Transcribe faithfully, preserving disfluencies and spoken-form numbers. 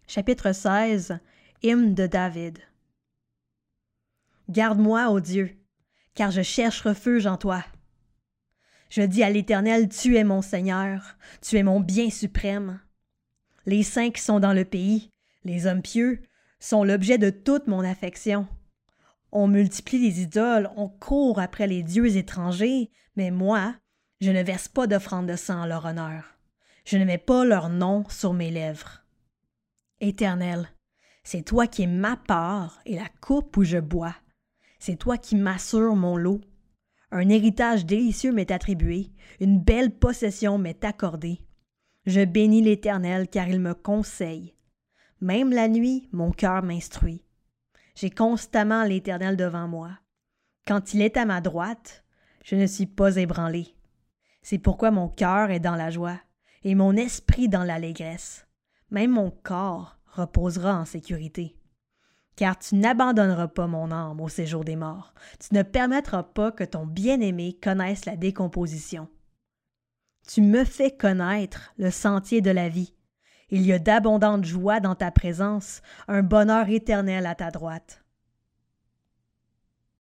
Chapitre seize. Hymne de David. Garde-moi, ô Dieu, car je cherche refuge en toi. Je dis à l'Éternel, tu es mon Seigneur, tu es mon bien suprême. Les saints qui sont dans le pays, les hommes pieux, sont l'objet de toute mon affection. On multiplie les idoles, on court après les dieux étrangers, mais moi, je ne verse pas d'offrande de sang en leur honneur. Je ne mets pas leur nom sur mes lèvres. Éternel, c'est toi qui es ma part et la coupe où je bois. C'est toi qui m'assures mon lot. Un héritage délicieux m'est attribué, une belle possession m'est accordée. Je bénis l'Éternel car il me conseille. Même la nuit, mon cœur m'instruit. J'ai constamment l'Éternel devant moi. Quand il est à ma droite, je ne suis pas ébranlé. C'est pourquoi mon cœur est dans la joie et mon esprit dans l'allégresse. Même mon corps reposera en sécurité. Car tu n'abandonneras pas mon âme au séjour des morts. Tu ne permettras pas que ton bien-aimé connaisse la décomposition. Tu me fais connaître le sentier de la vie. Il y a d'abondantes joies dans ta présence, un bonheur éternel à ta droite.